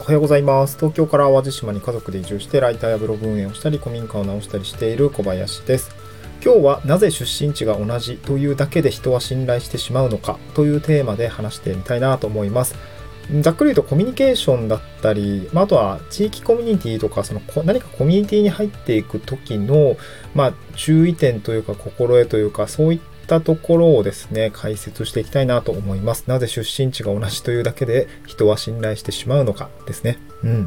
おはようございます。東京から淡路島に家族で移住してライターやブログ運営をしたり古民家を直したりしている小林です。今日はなぜ出身地が同じというだけで人は信頼してしまうのかというテーマで話してみたいなと思います。ざっくり言うとコミュニケーションだったり、あとは地域コミュニティとか何かコミュニティに入っていく時の、注意点というか心得というかそういったところをですね解説していきたいなと思います。なぜ出身地が同じというだけで人は信頼してしまうのかですね。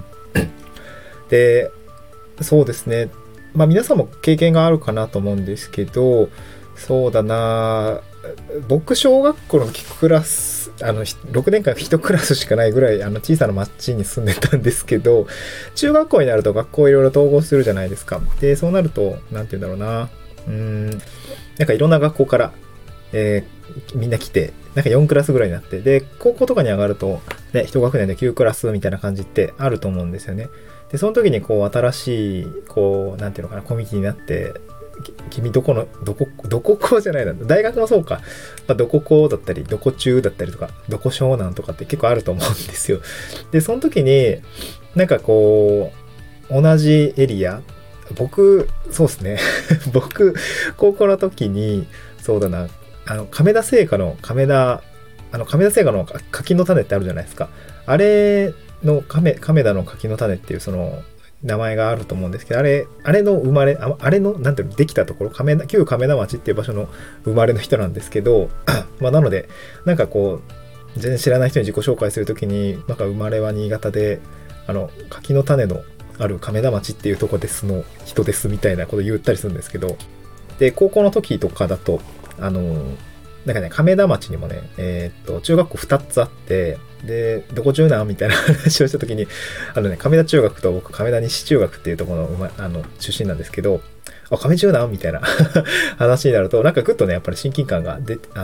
で、そうですね。皆さんも経験があるかなと思うんですけど、そうだな、僕小学校のクラス6年間1クラスしかないぐらい小さな町に住んでたんですけど、中学校になると学校いろいろ統合するじゃないですか。でそうなるとなんて言うんだろうな、なんかいろんな学校から、みんな来てなんか4クラスぐらいになって、で高校とかに上がると、ね、1学年で9クラスみたいな感じってあると思うんですよね。でその時にこう新しいなんていうのかな、コミュニティになって、君どこ校じゃないな、大学もそうか、どこ校だったりどこ中だったりとかどこ湘南とかって結構あると思うんですよ。でその時になんか同じエリア、そうですね僕高校の時にそうだな、亀田製菓の柿の種ってあるじゃないですか。あれの亀田の柿の種っていうその名前があると思うんですけど、あれの生まれ、あれのなんていうの、できたところ、旧亀田町っていう場所の生まれの人なんですけどなのでなんか全然知らない人に自己紹介するときに、なんか生まれは新潟で柿の種のある亀田町っていうとこですの人ですみたいなこと言ったりするんですけど、で高校の時とかだとなんかね、亀田町にもね、中学校2つあって、で、どこ中なんみたいな話をしたときに、亀田中学と僕、亀田西中学っていうところの、出身なんですけど、亀中なんみたいな話になると、なんかぐっとね、やっぱり親近感が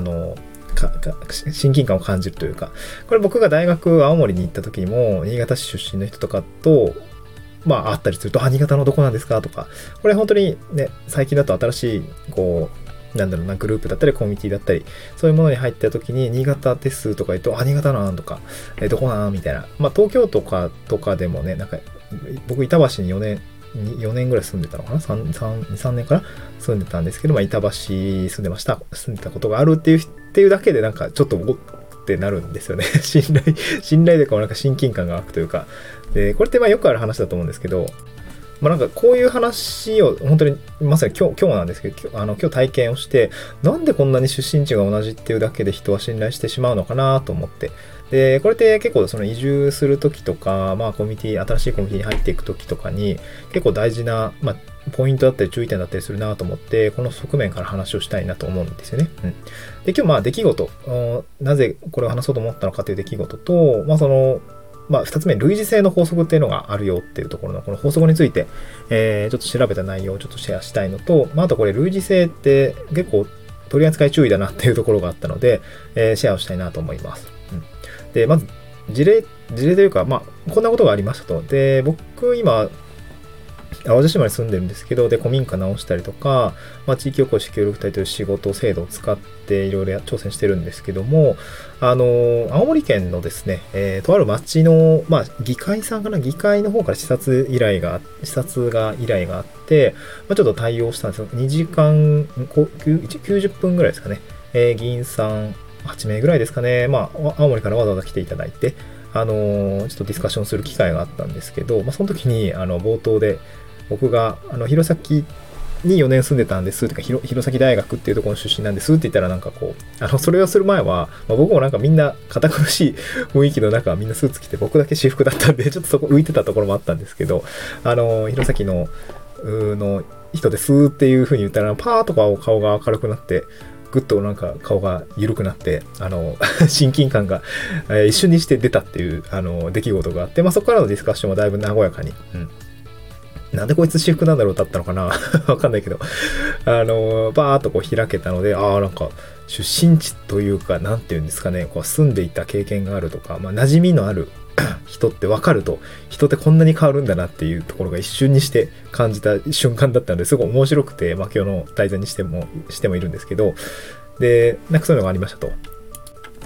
親近感を感じるというか、これ僕が大学青森に行った時にも、新潟市出身の人とかと、会ったりすると、新潟のどこなんですかとか、これ本当にね、最近だと新しい、なんだろうな、グループだったりコミュニティだったりそういうものに入った時に新潟ですとか言うと、新潟なんとか、どこなんみたいな、東京とかでもね、なんか僕板橋に4年ぐらい住んでたのかな、3年から住んでたんですけど、板橋住んでたことがあるっていうだけでなんかちょっとってなるんですよね信頼というか、なんか親近感が湧くというか、でこれってよくある話だと思うんですけど、なんかこういう話を本当にまさに今日なんですけど、今日体験をして、なんでこんなに出身地が同じっていうだけで人は信頼してしまうのかなと思って、でこれって結構その移住する時とか、コミュニティ、新しいコミュニティに入っていく時とかに結構大事な、ポイントだったり注意点だったりするなと思って、この側面から話をしたいなと思うんですよね。で今日出来事、なぜこれを話そうと思ったのかという出来事と、2つ目、類似性の法則っていうのがあるよっていうところのこの法則について、ちょっと調べた内容をちょっとシェアしたいのと、あとこれ類似性って結構取り扱い注意だなっていうところがあったので、シェアをしたいなと思います。で、まず事例というか、こんなことがありましたと。で、僕今、淡路島に住んでるんですけど、で古民家直したりとか、地域おこし協力隊という仕事制度を使っていろいろ挑戦してるんですけども、青森県のですね、とある町の、議会さんかな、議会の方から視察が依頼があって、ちょっと対応したんですよ。2時間90分ぐらいですかね、議員さん8名ぐらいですかね、青森からわざわざ来ていただいて、ちょっとディスカッションする機会があったんですけど、その時に冒頭で僕が弘前に4年住んでたんですとか、弘前大学っていうところの出身なんですって言ったら、なんかそれをする前は、僕もなんかみんな堅苦しい雰囲気の中、みんなスーツ着て僕だけ私服だったんで、ちょっとそこ浮いてたところもあったんですけど、弘前の人ですっていう風に言ったら、パーとか顔が明るくなって、ぐっとなんか顔が緩くなって、親近感が、一瞬にして出たっていう出来事があって、そこからのディスカッションはだいぶ和やかに、なんでこいつ私服なんだろうだったのかなわかんないけど、バーっと開けたので、なんか出身地というか、なんていうんですかね、住んでいた経験があるとか、馴染みのある人って分かると、人ってこんなに変わるんだなっていうところが一瞬にして感じた瞬間だったので、すごい面白くて、今日の題材にしてもいるんですけど、でなんかそういうのがありましたと。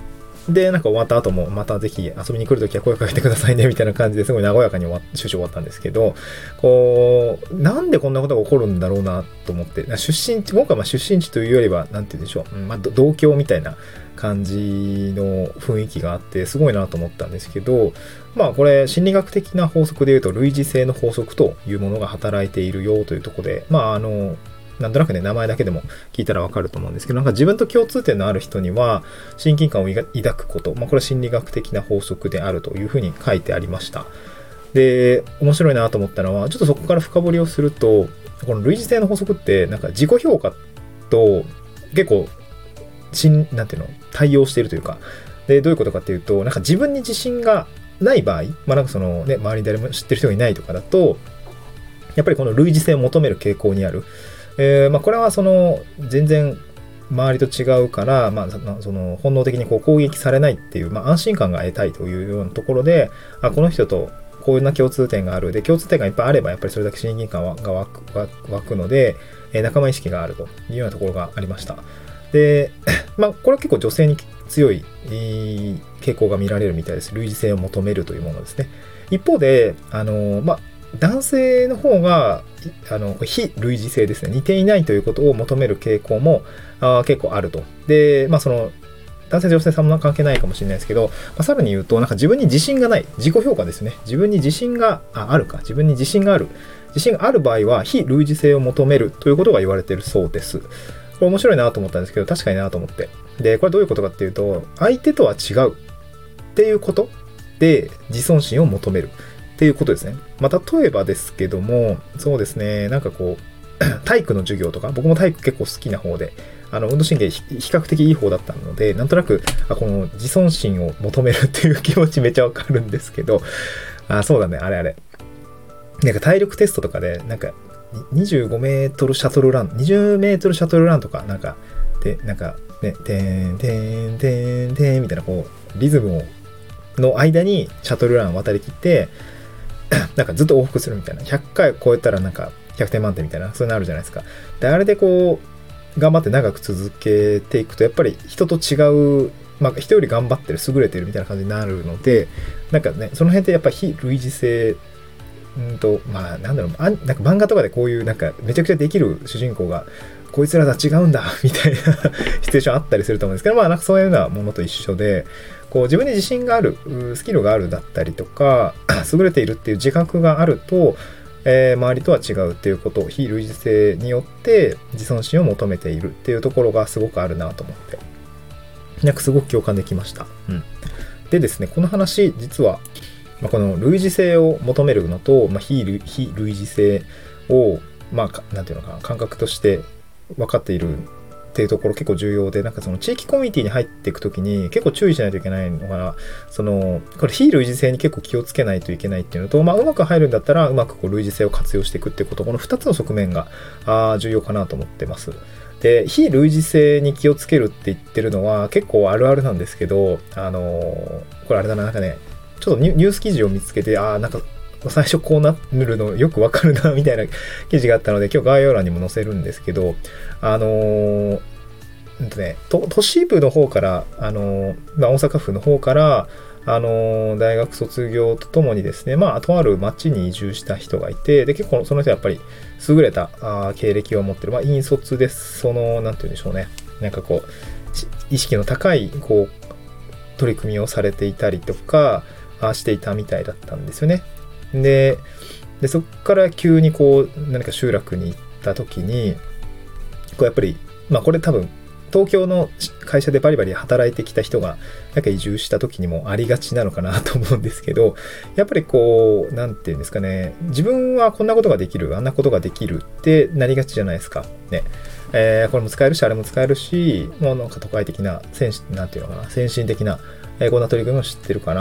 で、なんか終わった後も、またぜひ遊びに来るときは声かけてくださいね、みたいな感じですごい和やかに終始終わったんですけど、こう、なんでこんなことが起こるんだろうなと思って、僕は出身地というよりは、なんて言うんでしょう、同郷みたいな感じの雰囲気があって、すごいなと思ったんですけど、これ、心理学的な法則で言うと、類似性の法則というものが働いているよというところで、なんとなくね、名前だけでも聞いたらわかると思うんですけど、なんか自分と共通点のある人には、親近感を抱くこと、これは心理学的な法則であるというふうに書いてありました。で、面白いなと思ったのは、ちょっとそこから深掘りをすると、この類似性の法則って、なんか自己評価と結構、なんていうの、対応しているというか、で、どういうことかっていうと、なんか自分に自信がない場合、なんかそのね、周りに誰も知ってる人がいないとかだと、やっぱりこの類似性を求める傾向にある。これはその全然周りと違うから、その本能的にこう攻撃されないっていう、安心感が得たいというようなところで、この人とこういう共通点がある。で、共通点がいっぱいあれば、やっぱりそれだけ親近感が湧くので、仲間意識があるというようなところがありました。で、これは結構女性に強い傾向が見られるみたいです。類似性を求めるというものですね。一方で、男性の方が非類似性ですね、似ていないということを求める傾向も結構あると。で、その男性女性さんも関係ないかもしれないですけど、さらに言うと、なんか自分に自信がない、自己評価ですね。自分に自信があるか、自分に自信がある場合は非類似性を求めるということが言われているそうです。これ面白いなと思ったんですけど、確かになと思って。で、これどういうことかっていうと、相手とは違うっていうことで自尊心を求めるっていうことですね。例えばですけども、そうですね、なんかこう、体育の授業とか、僕も体育結構好きな方で、運動神経比較的いい方だったので、なんとなく、この自尊心を求めるっていう気持ちめっちゃわかるんですけど、そうだね、あれ。なんか体力テストとかで、なんか、25メートルシャトルラン、20メートルシャトルランとか、なんか、で、なんか、ね、てーん、てーん、てーん、てーん、みたいな、こう、リズムの間にシャトルラン渡りきって、なんかずっと往復するみたいな。100回超えたらなんか100点満点みたいな、そういうのあるじゃないですか。で、あれでこう、頑張って長く続けていくと、やっぱり人と違う、人より頑張ってる、優れてるみたいな感じになるので、なんかね、その辺ってやっぱり非類似性、なんか漫画とかでこういうなんかめちゃくちゃできる主人公が、こいつらとは違うんだ、みたいなシチュエーションあったりすると思うんですけど、なんかそういうようなものと一緒で、こう自分に自信がある、スキルがあるだったりとか、優れているっていう自覚があると、周りとは違うっていうこと、非類似性によって自尊心を求めているっていうところがすごくあるなと思って、なんかすごく共感できました。でですね、この話、実は、この類似性を求めるのと、非類似性を、なんていうのかな、感覚として分かっているっていうところ結構重要で、なんかその地域コミュニティに入っていくときに結構注意しないといけないのかな。これ非類似性に結構気をつけないといけないっていうのと、うまく入るんだったらうまくこう類似性を活用していくっていうこと、この2つの側面が重要かなと思ってます。で、非類似性に気をつけるって言ってるのは結構あるあるなんですけど、これあれだな、なんかね、ちょっとニュース記事を見つけて、なんか最初こうなるのよくわかるなみたいな記事があったので、今日概要欄にも載せるんですけど、都市部の方から、大阪府の方から、大学卒業とともにですね、とある町に移住した人がいて、で、結構その人はやっぱり優れた経歴を持ってる、引率です。なんて言うんでしょうね。なんかこう、意識の高い、こう、取り組みをされていたりとか、していたみたいだったんですよね。で、そこから急にこう、何か集落に行った時に、こうやっぱり、これ多分、東京の会社でバリバリ働いてきた人が、なんか移住した時にもありがちなのかなと思うんですけど、やっぱりこう、なんていうんですかね、自分はこんなことができる、あんなことができるってなりがちじゃないですか。ね。これも使えるし、あれも使えるし、もうなんか都会的な、なんていうのかな、先進的な、こんな取り組みを知ってるから、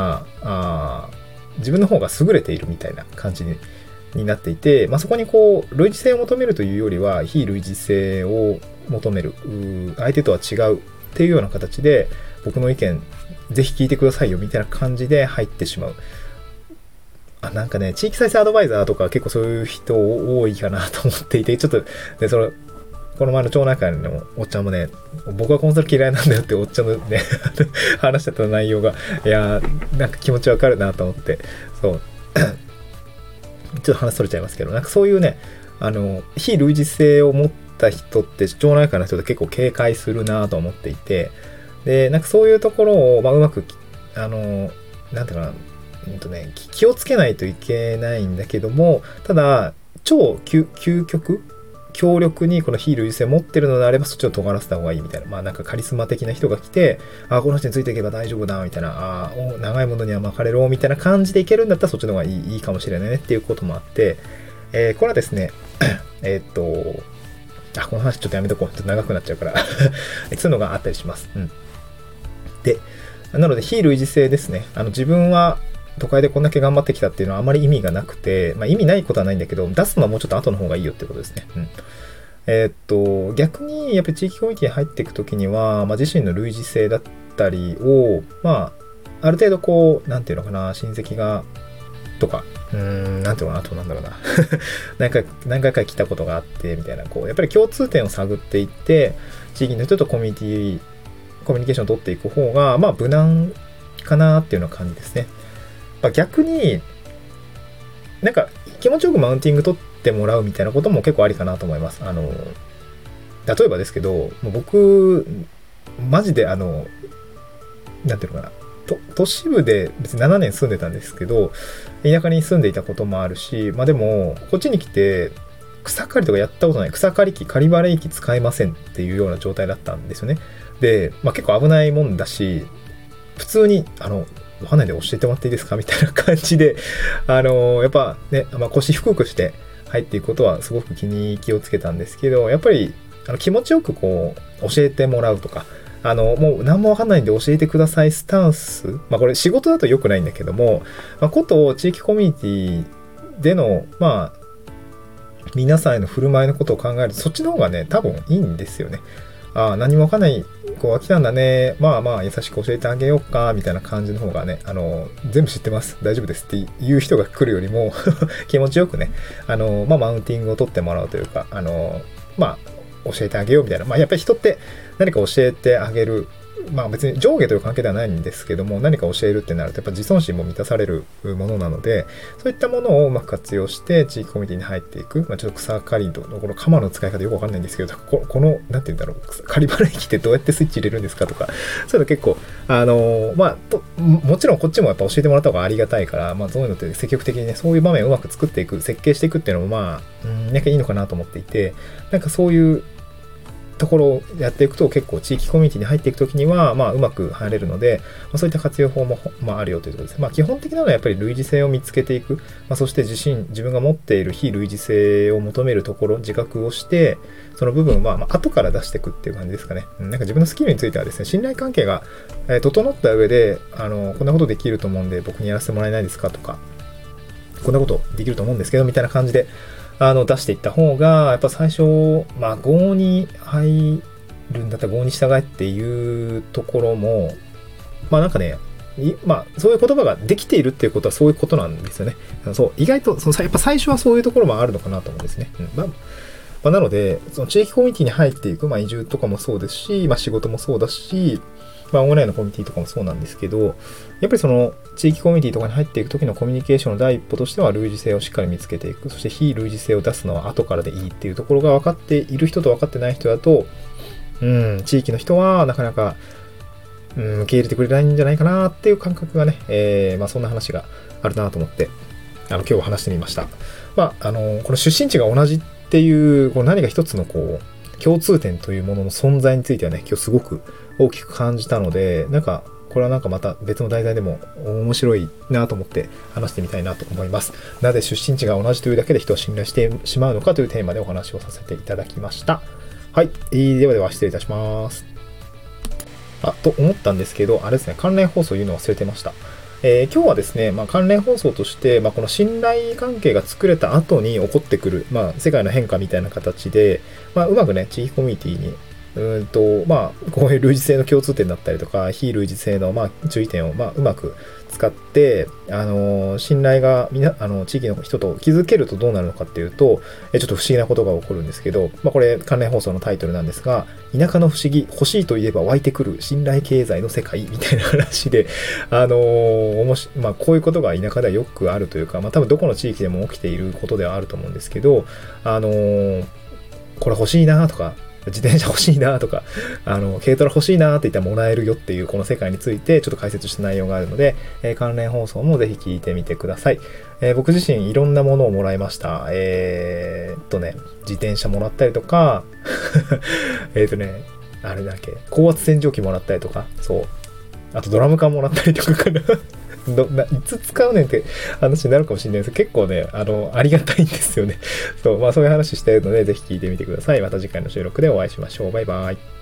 自分の方が優れているみたいな感じになっていて、そこにこう類似性を求めるというよりは非類似性を求める、相手とは違うっていうような形で僕の意見ぜひ聞いてくださいよみたいな感じで入ってしまう。なんかね、地域再生アドバイザーとか結構そういう人多いかなと思っていて、ちょっとね、 この前の町内会のおっちゃんもね、僕はコンサル嫌いなんだよっておっちゃんのね話してた内容が、いやーなんか気持ちわかるなと思って、そうちょっと話それちゃいますけど、なんかそういうね、非類似性を持った人って町内会の人で結構警戒するなと思っていて、でなんかそういうところを、うまくなんていうかな、気をつけないといけないんだけども、ただ超究極強力にこの非類似性を持ってるのであれば、そっちを尖らせた方がいいみたいな、なんかカリスマ的な人が来て、この人についていけば大丈夫だみたいな、長いものには巻かれろみたいな感じでいけるんだったら、そっちの方がいいかもしれないねっていうこともあって、これはですねこの話ちょっとやめとこう、ちょっと長くなっちゃうからそういうのがあったりします。で、なので非類似性ですね。自分は都会でこんだけ頑張ってきたっていうのはあまり意味がなくて、意味ないことはないんだけど、出すのはもうちょっと後の方がいいよってことですね。逆にやっぱり地域コミュニティに入っていくときには、自身の類似性だったりを、ある程度こう、なんていうのかな、親戚が、とか、なんていうのかな、あとなんだろうな。何回か来たことがあって、みたいな、こう、やっぱり共通点を探っていって、地域の人とコミュニケーションを取っていく方が、無難かなっていうような感じですね。逆になんか気持ちよくマウンティング取ってもらうみたいなことも結構ありかなと思います。例えばですけど、もう僕マジでなんていうのかな、都市部で別に7年住んでたんですけど、田舎に住んでいたこともあるし、でもこっちに来て草刈りとかやったことない、草刈り機、刈り払い機使えませんっていうような状態だったんですよね。で、結構危ないもんだし、普通にわかんないで教えてもらっていいですかみたいな感じで、やっぱね、腰低くして入っていくことはすごく気をつけたんですけど、やっぱり気持ちよくこう教えてもらうとか、もう何もわかんないんで教えてくださいスタンス、これ仕事だと良くないんだけども、こと地域コミュニティでの皆さんへの振る舞いのことを考えると、そっちの方がね多分いいんですよね。何もわかんない子が来たんだね。優しく教えてあげようか、みたいな感じの方がね、全部知ってます。大丈夫ですっていう人が来るよりも気持ちよくね、マウンティングを取ってもらうというか、教えてあげようみたいな。やっぱり人って何か教えてあげる。別に上下という関係ではないんですけども、何か教えるってなるとやっぱ自尊心も満たされるものなので、そういったものをうまく活用して地域コミュニティに入っていく。ちょっと草刈りとこの鎌の使い方よくわかんないんですけど、このなんて言うんだろう、刈り払い機ってどうやってスイッチ入れるんですかとか、そういうの結構もちろんこっちもやっぱ教えてもらった方がありがたいから、そういうのって積極的にね、そういう場面をうまく作っていく、設計していくっていうのもなんかいいのかなと思っていて、なんかそういうところをやっていくと結構地域コミュニティに入っていくときにはうまく入れるので、そういった活用法もあるよというところです。基本的なのはやっぱり類似性を見つけていく、そして自分が持っている非類似性を求めるところ、自覚をしてその部分は後から出していくっていう感じですかね。なんか自分のスキルについてはですね、信頼関係が整った上でこんなことできると思うんで僕にやらせてもらえないですかとか、こんなことできると思うんですけどみたいな感じで出していった方が、やっぱ最初、合に入るんだったら合に従えっていうところも、なんかね、そういう言葉ができているっていうことはそういうことなんですよね。そう、意外と、やっぱ最初はそういうところもあるのかなと思うんですね。なので、その地域コミュニティに入っていく、移住とかもそうですし、仕事もそうだし、オンラインのコミュニティとかもそうなんですけど、やっぱりその地域コミュニティとかに入っていく時のコミュニケーションの第一歩としては類似性をしっかり見つけていく。そして非類似性を出すのは後からでいいっていうところが分かっている人と分かってない人だと、地域の人はなかなか、受け入れてくれないんじゃないかなっていう感覚がね、そんな話があるなと思って、今日は話してみました。この出身地が同じっていう、何か一つの共通点というものの存在についてはね、今日すごく大きく感じたので、これはまた別の題材でも面白いなと思って話してみたいなと思います。なぜ出身地が同じというだけで人は信頼してしまうのかというテーマでお話をさせていただきました。はい。では失礼いたします。と思ったんですけど、あれですね、関連放送言うの忘れてました。今日はですね、関連放送として、この信頼関係が作れた後に起こってくる、世界の変化みたいな形で、うまくね、地域コミュニティにこういう類似性の共通点だったりとか、非類似性の、注意点を、うまく使って、信頼が地域の人と築けるとどうなるのかっていうと、ちょっと不思議なことが起こるんですけど、これ関連放送のタイトルなんですが、田舎の不思議、欲しいといえば湧いてくる信頼経済の世界みたいな話で、こういうことが田舎ではよくあるというか、多分どこの地域でも起きていることではあると思うんですけど、これ欲しいなとか、自転車欲しいなとか、軽トラ欲しいなって言ったらもらえるよっていうこの世界についてちょっと解説した内容があるので、関連放送もぜひ聞いてみてください。僕自身いろんなものをもらいました。自転車もらったりとか、あれだっけ、高圧洗浄機もらったりとか、そう。あとドラム缶もらったりとかかな。いつ使うねんって話になるかもしれないですけど、結構ね、ありがたいんですよね。そういう話してるので、ぜひ聞いてみてください。また次回の収録でお会いしましょう。バイバイ。